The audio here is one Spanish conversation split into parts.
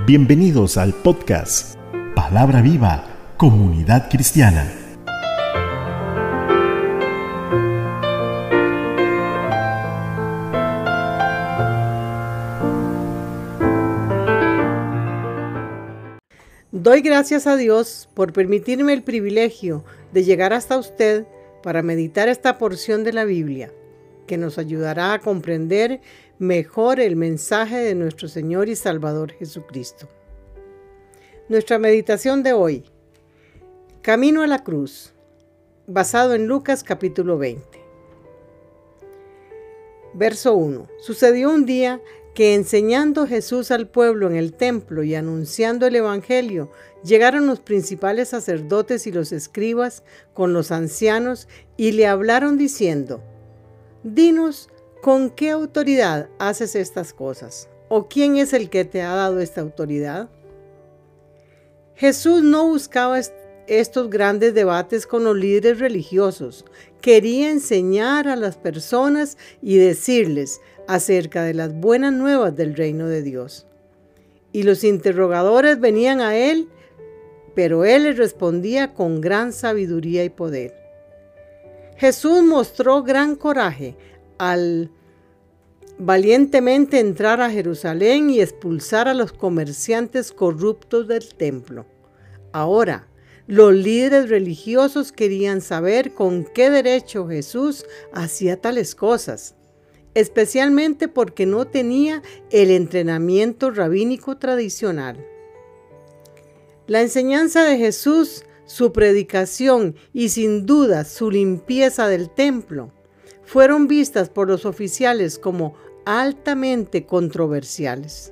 Bienvenidos al podcast Palabra Viva, Comunidad Cristiana. Doy gracias a Dios por permitirme el privilegio de llegar hasta usted para meditar esta porción de la Biblia, que nos ayudará a comprender mejor el mensaje de nuestro Señor y Salvador Jesucristo. Nuestra meditación de hoy, Camino a la Cruz, basado en Lucas capítulo 20. Verso 1. Sucedió un día que enseñando Jesús al pueblo en el templo y anunciando el evangelio, llegaron los principales sacerdotes y los escribas con los ancianos y le hablaron diciendo: Dinos, ¿con qué autoridad haces estas cosas? ¿O quién es el que te ha dado esta autoridad? Jesús no buscaba estos grandes debates con los líderes religiosos. Quería enseñar a las personas y decirles acerca de las buenas nuevas del reino de Dios. Y los interrogadores venían a él, pero él les respondía con gran sabiduría y poder. Jesús mostró gran coraje al valientemente entrar a Jerusalén y expulsar a los comerciantes corruptos del templo. Ahora, los líderes religiosos querían saber con qué derecho Jesús hacía tales cosas, especialmente porque no tenía el entrenamiento rabínico tradicional. La enseñanza de Jesús, su predicación y sin duda su limpieza del templo fueron vistas por los oficiales como altamente controversiales.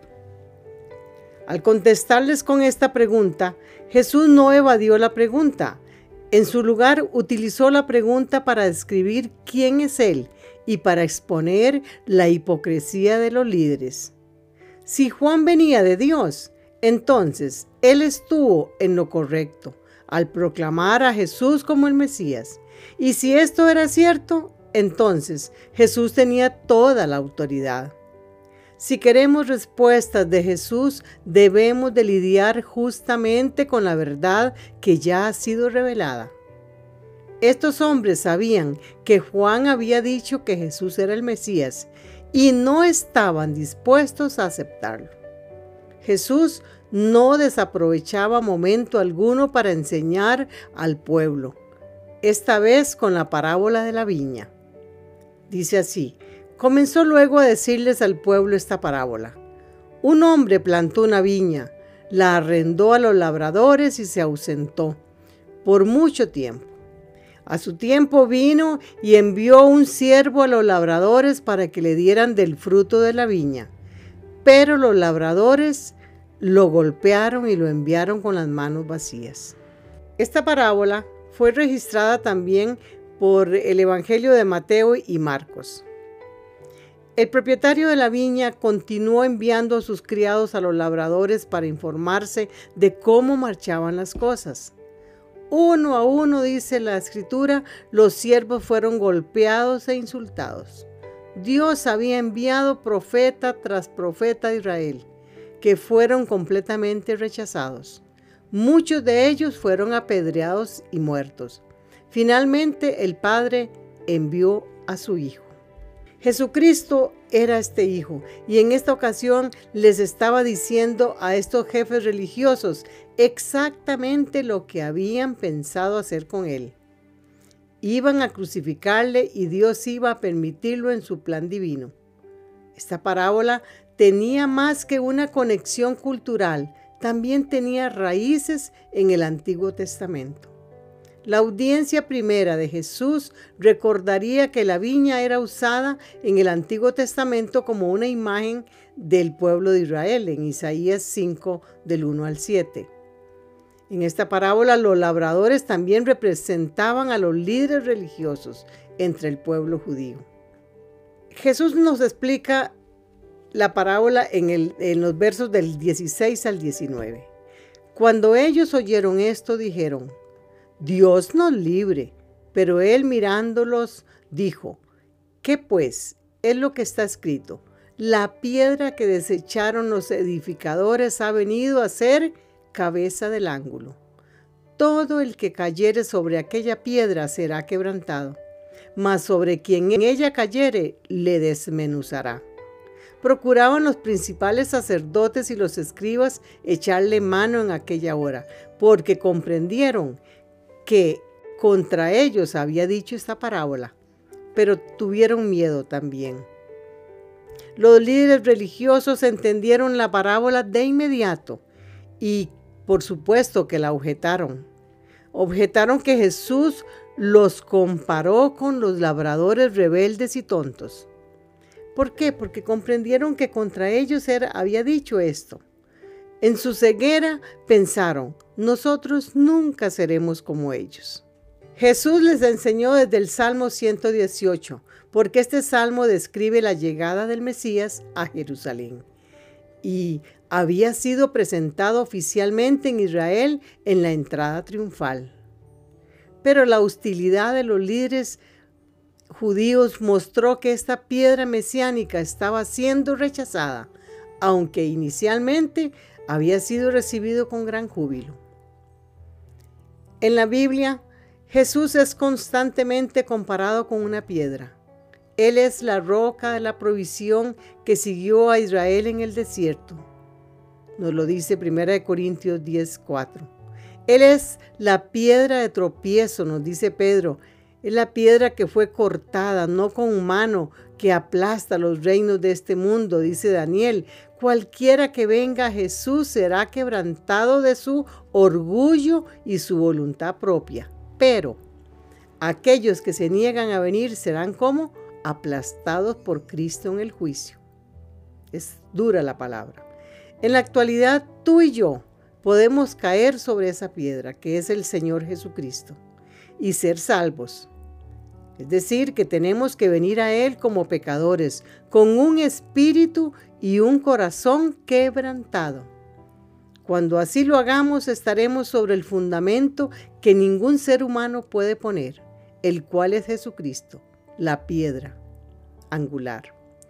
Al contestarles con esta pregunta, Jesús no evadió la pregunta. En su lugar, utilizó la pregunta para describir quién es Él y para exponer la hipocresía de los líderes. Si Juan venía de Dios, entonces Él estuvo en lo correcto al proclamar a Jesús como el Mesías. Y si esto era cierto, entonces Jesús tenía toda la autoridad. Si queremos respuestas de Jesús, debemos de lidiar justamente con la verdad que ya ha sido revelada. Estos hombres sabían que Juan había dicho que Jesús era el Mesías y no estaban dispuestos a aceptarlo. Jesús no desaprovechaba momento alguno para enseñar al pueblo, esta vez con la parábola de la viña. Dice así: comenzó luego a decirles al pueblo esta parábola. Un hombre plantó una viña, la arrendó a los labradores y se ausentó por mucho tiempo. A su tiempo vino y envió un siervo a los labradores para que le dieran del fruto de la viña. Pero los labradores lo golpearon y lo enviaron con las manos vacías. Esta parábola fue registrada también por el Evangelio de Mateo y Marcos. El propietario de la viña continuó enviando a sus criados a los labradores para informarse de cómo marchaban las cosas. Uno a uno, dice la Escritura, los siervos fueron golpeados e insultados. Dios había enviado profeta tras profeta a Israel, que fueron completamente rechazados. Muchos de ellos fueron apedreados y muertos. Finalmente, el Padre envió a su Hijo. Jesucristo era este Hijo, y en esta ocasión les estaba diciendo a estos jefes religiosos exactamente lo que habían pensado hacer con Él. Iban a crucificarle y Dios iba a permitirlo en su plan divino. Esta parábola tenía más que una conexión cultural, también tenía raíces en el Antiguo Testamento. La audiencia primera de Jesús recordaría que la viña era usada en el Antiguo Testamento como una imagen del pueblo de Israel, en Isaías 5, del 1 al 7. En esta parábola, los labradores también representaban a los líderes religiosos entre el pueblo judío. Jesús nos explica la parábola en los versos del 16 al 19. Cuando ellos oyeron esto, dijeron: Dios nos libre. Pero él mirándolos dijo: ¿Qué pues es lo que está escrito? La piedra que desecharon los edificadores ha venido a ser cabeza del ángulo. Todo el que cayere sobre aquella piedra será quebrantado, mas sobre quien en ella cayere le desmenuzará. Procuraban los principales sacerdotes y los escribas echarle mano en aquella hora, porque comprendieron que contra ellos había dicho esta parábola, pero tuvieron miedo también. Los líderes religiosos entendieron la parábola de inmediato y por supuesto que la objetaron. Objetaron que Jesús los comparó con los labradores rebeldes y tontos. ¿Por qué? Porque comprendieron que contra ellos había dicho esto. En su ceguera pensaron, nosotros nunca seremos como ellos. Jesús les enseñó desde el Salmo 118, porque este salmo describe la llegada del Mesías a Jerusalén. Y había sido presentado oficialmente en Israel en la entrada triunfal. Pero la hostilidad de los líderes judíos mostró que esta piedra mesiánica estaba siendo rechazada, aunque inicialmente había sido recibido con gran júbilo. En la Biblia, Jesús es constantemente comparado con una piedra. Él es la roca de la provisión que siguió a Israel en el desierto. Nos lo dice 1 Corintios 10:4. Él es la piedra de tropiezo, nos dice Pedro. Es la piedra que fue cortada, no con mano, que aplasta los reinos de este mundo, dice Daniel. Cualquiera que venga a Jesús será quebrantado de su orgullo y su voluntad propia. Pero aquellos que se niegan a venir serán como aplastados por Cristo en el juicio. Es dura la palabra. En la actualidad, tú y yo podemos caer sobre esa piedra que es el Señor Jesucristo y ser salvos. Es decir, que tenemos que venir a Él como pecadores, con un espíritu y un corazón quebrantado. Cuando así lo hagamos, estaremos sobre el fundamento que ningún ser humano puede poner, el cual es Jesucristo, la piedra angular.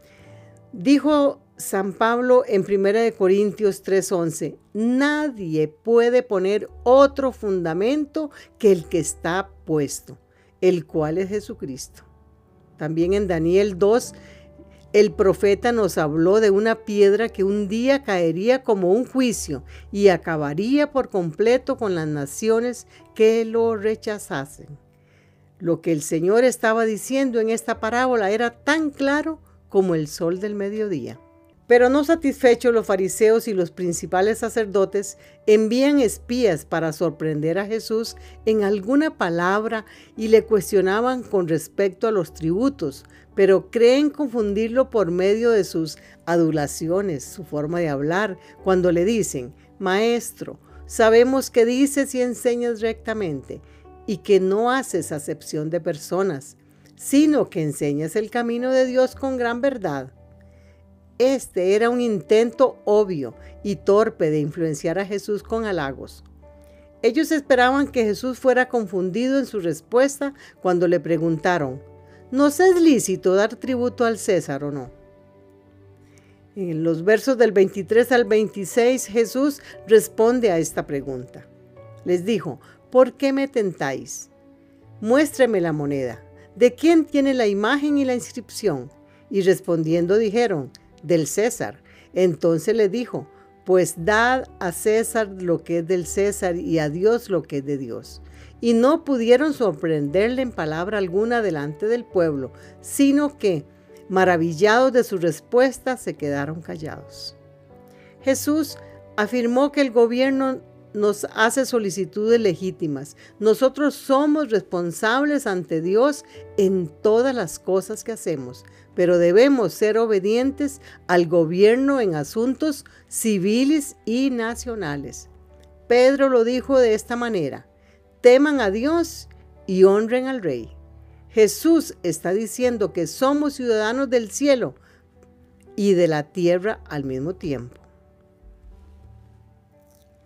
Dijo San Pablo en 1 Corintios 3:11, nadie puede poner otro fundamento que el que está puesto, el cual es Jesucristo. También en Daniel 2, el profeta nos habló de una piedra que un día caería como un juicio y acabaría por completo con las naciones que lo rechazasen. Lo que el Señor estaba diciendo en esta parábola era tan claro como el sol del mediodía. Pero no satisfechos, los fariseos y los principales sacerdotes envían espías para sorprender a Jesús en alguna palabra y le cuestionaban con respecto a los tributos, pero creen confundirlo por medio de sus adulaciones, su forma de hablar, cuando le dicen, Maestro, sabemos que dices y enseñas rectamente y que no haces acepción de personas, sino que enseñas el camino de Dios con gran verdad. Este era un intento obvio y torpe de influenciar a Jesús con halagos. Ellos esperaban que Jesús fuera confundido en su respuesta cuando le preguntaron, ¿nos es lícito dar tributo al César o no? En los versos del 23 al 26, Jesús responde a esta pregunta. Les dijo, ¿por qué me tentáis? Muéstreme la moneda. ¿De quién tiene la imagen y la inscripción? Y respondiendo dijeron, del César. Entonces le dijo, pues dad a César lo que es del César y a Dios lo que es de Dios. Y no pudieron sorprenderle en palabra alguna delante del pueblo, sino que, maravillados de su respuesta, se quedaron callados. Jesús afirmó que el gobierno nos hace solicitudes legítimas. Nosotros somos responsables ante Dios en todas las cosas que hacemos, pero debemos ser obedientes al gobierno en asuntos civiles y nacionales. Pedro lo dijo de esta manera, teman a Dios y honren al Rey. Jesús está diciendo que somos ciudadanos del cielo y de la tierra al mismo tiempo.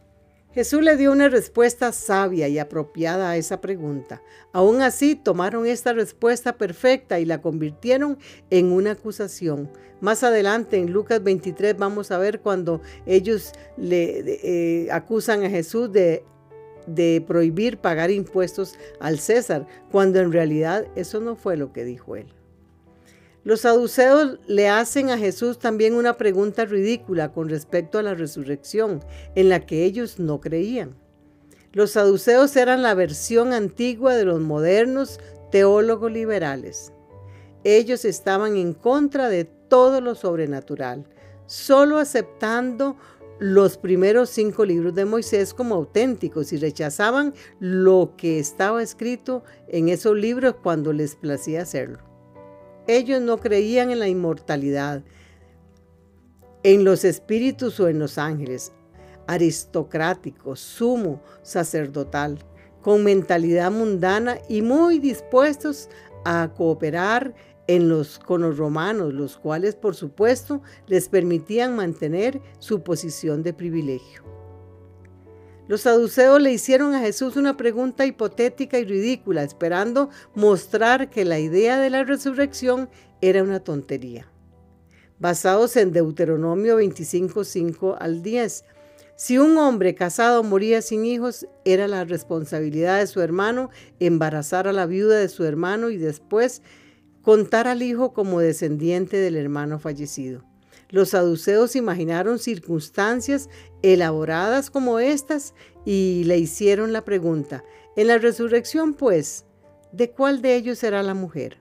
Jesús le dio una respuesta sabia y apropiada a esa pregunta. Aún así, tomaron esta respuesta perfecta y la convirtieron en una acusación. Más adelante, en Lucas 23, vamos a ver cuando ellos le acusan a Jesús de prohibir pagar impuestos al César, cuando en realidad eso no fue lo que dijo él. Los saduceos le hacen a Jesús también una pregunta ridícula con respecto a la resurrección, en la que ellos no creían. Los saduceos eran la versión antigua de los modernos teólogos liberales. Ellos estaban en contra de todo lo sobrenatural, solo aceptando los primeros 5 libros de Moisés como auténticos y rechazaban lo que estaba escrito en esos libros cuando les placía hacerlo. Ellos no creían en la inmortalidad, en los espíritus o en los ángeles, aristocrático, sumo, sacerdotal, con mentalidad mundana y muy dispuestos a cooperar con los romanos, los cuales por supuesto les permitían mantener su posición de privilegio. Los saduceos le hicieron a Jesús una pregunta hipotética y ridícula, esperando mostrar que la idea de la resurrección era una tontería. Basados en Deuteronomio 25, 5 al 10. Si un hombre casado moría sin hijos, era la responsabilidad de su hermano embarazar a la viuda de su hermano y después contar al hijo como descendiente del hermano fallecido. Los saduceos imaginaron circunstancias elaboradas como estas y le hicieron la pregunta: en la resurrección, pues, ¿de cuál de ellos será la mujer?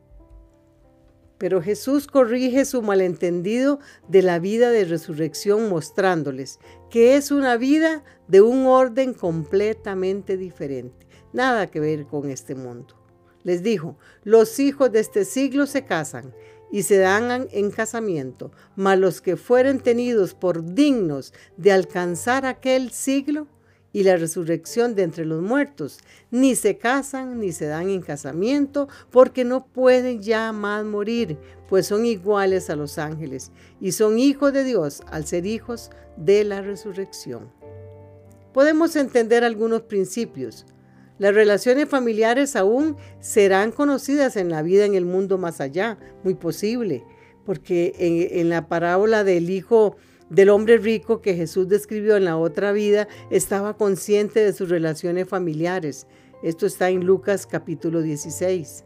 Pero Jesús corrige su malentendido de la vida de resurrección, mostrándoles que es una vida de un orden completamente diferente, nada que ver con este mundo. Les dijo: los hijos de este siglo se casan y se dan en casamiento, mas los que fueren tenidos por dignos de alcanzar aquel siglo y la resurrección de entre los muertos, ni se casan ni se dan en casamiento, porque no pueden ya más morir, pues son iguales a los ángeles y son hijos de Dios al ser hijos de la resurrección. Podemos entender algunos principios. Las relaciones familiares aún serán conocidas en la vida en el mundo más allá, muy posible, porque en la parábola del hijo del hombre rico que Jesús describió en la otra vida, estaba consciente de sus relaciones familiares. Esto está en Lucas capítulo 16.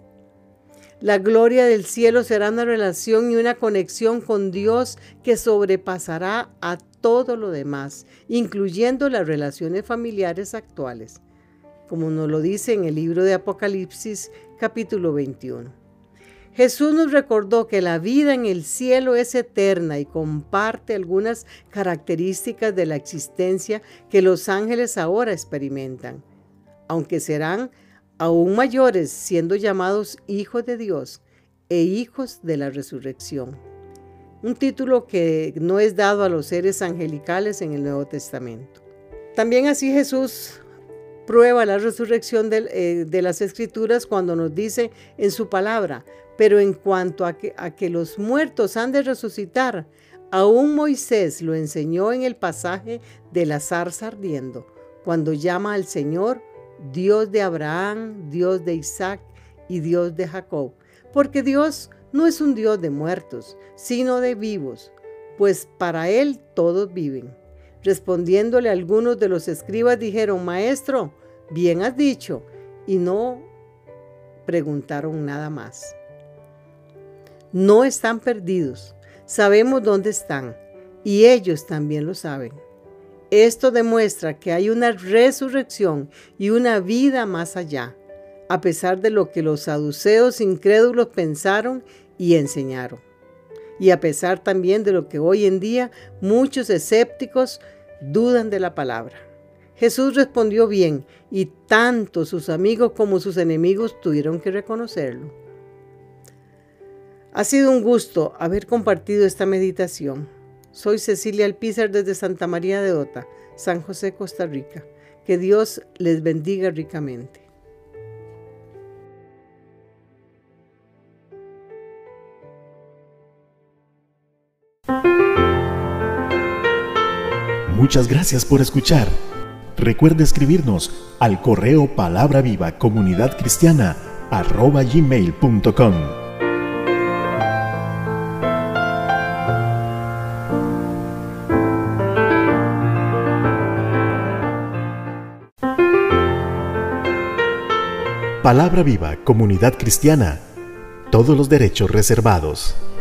La gloria del cielo será una relación y una conexión con Dios que sobrepasará a todo lo demás, incluyendo las relaciones familiares actuales, como nos lo dice en el libro de Apocalipsis capítulo 21. Jesús nos recordó que la vida en el cielo es eterna y comparte algunas características de la existencia que los ángeles ahora experimentan, aunque serán aún mayores, siendo llamados hijos de Dios e hijos de la resurrección. Un título que no es dado a los seres angelicales en el Nuevo Testamento. También así Jesús prueba la resurrección de las Escrituras cuando nos dice en su palabra: pero en cuanto a que los muertos han de resucitar, aún Moisés lo enseñó en el pasaje de la zarza ardiendo, cuando llama al Señor Dios de Abraham, Dios de Isaac y Dios de Jacob, porque Dios no es un Dios de muertos, sino de vivos, pues para Él todos viven. Respondiéndole algunos de los escribas dijeron: Maestro, bien has dicho, y no preguntaron nada más. No están perdidos, sabemos dónde están, y ellos también lo saben. Esto demuestra que hay una resurrección y una vida más allá, a pesar de lo que los saduceos incrédulos pensaron y enseñaron. Y a pesar también de lo que hoy en día muchos escépticos dudan de la palabra. Jesús respondió bien, y tanto sus amigos como sus enemigos tuvieron que reconocerlo. Ha sido un gusto haber compartido esta meditación. Soy Cecilia Alpizar desde Santa María de Ota, San José, Costa Rica. Que Dios les bendiga ricamente. Muchas gracias por escuchar. Recuerde escribirnos al correo palabravivacomunidadcristiana@gmail.com. Palabra Viva, Comunidad Cristiana. Todos los derechos reservados.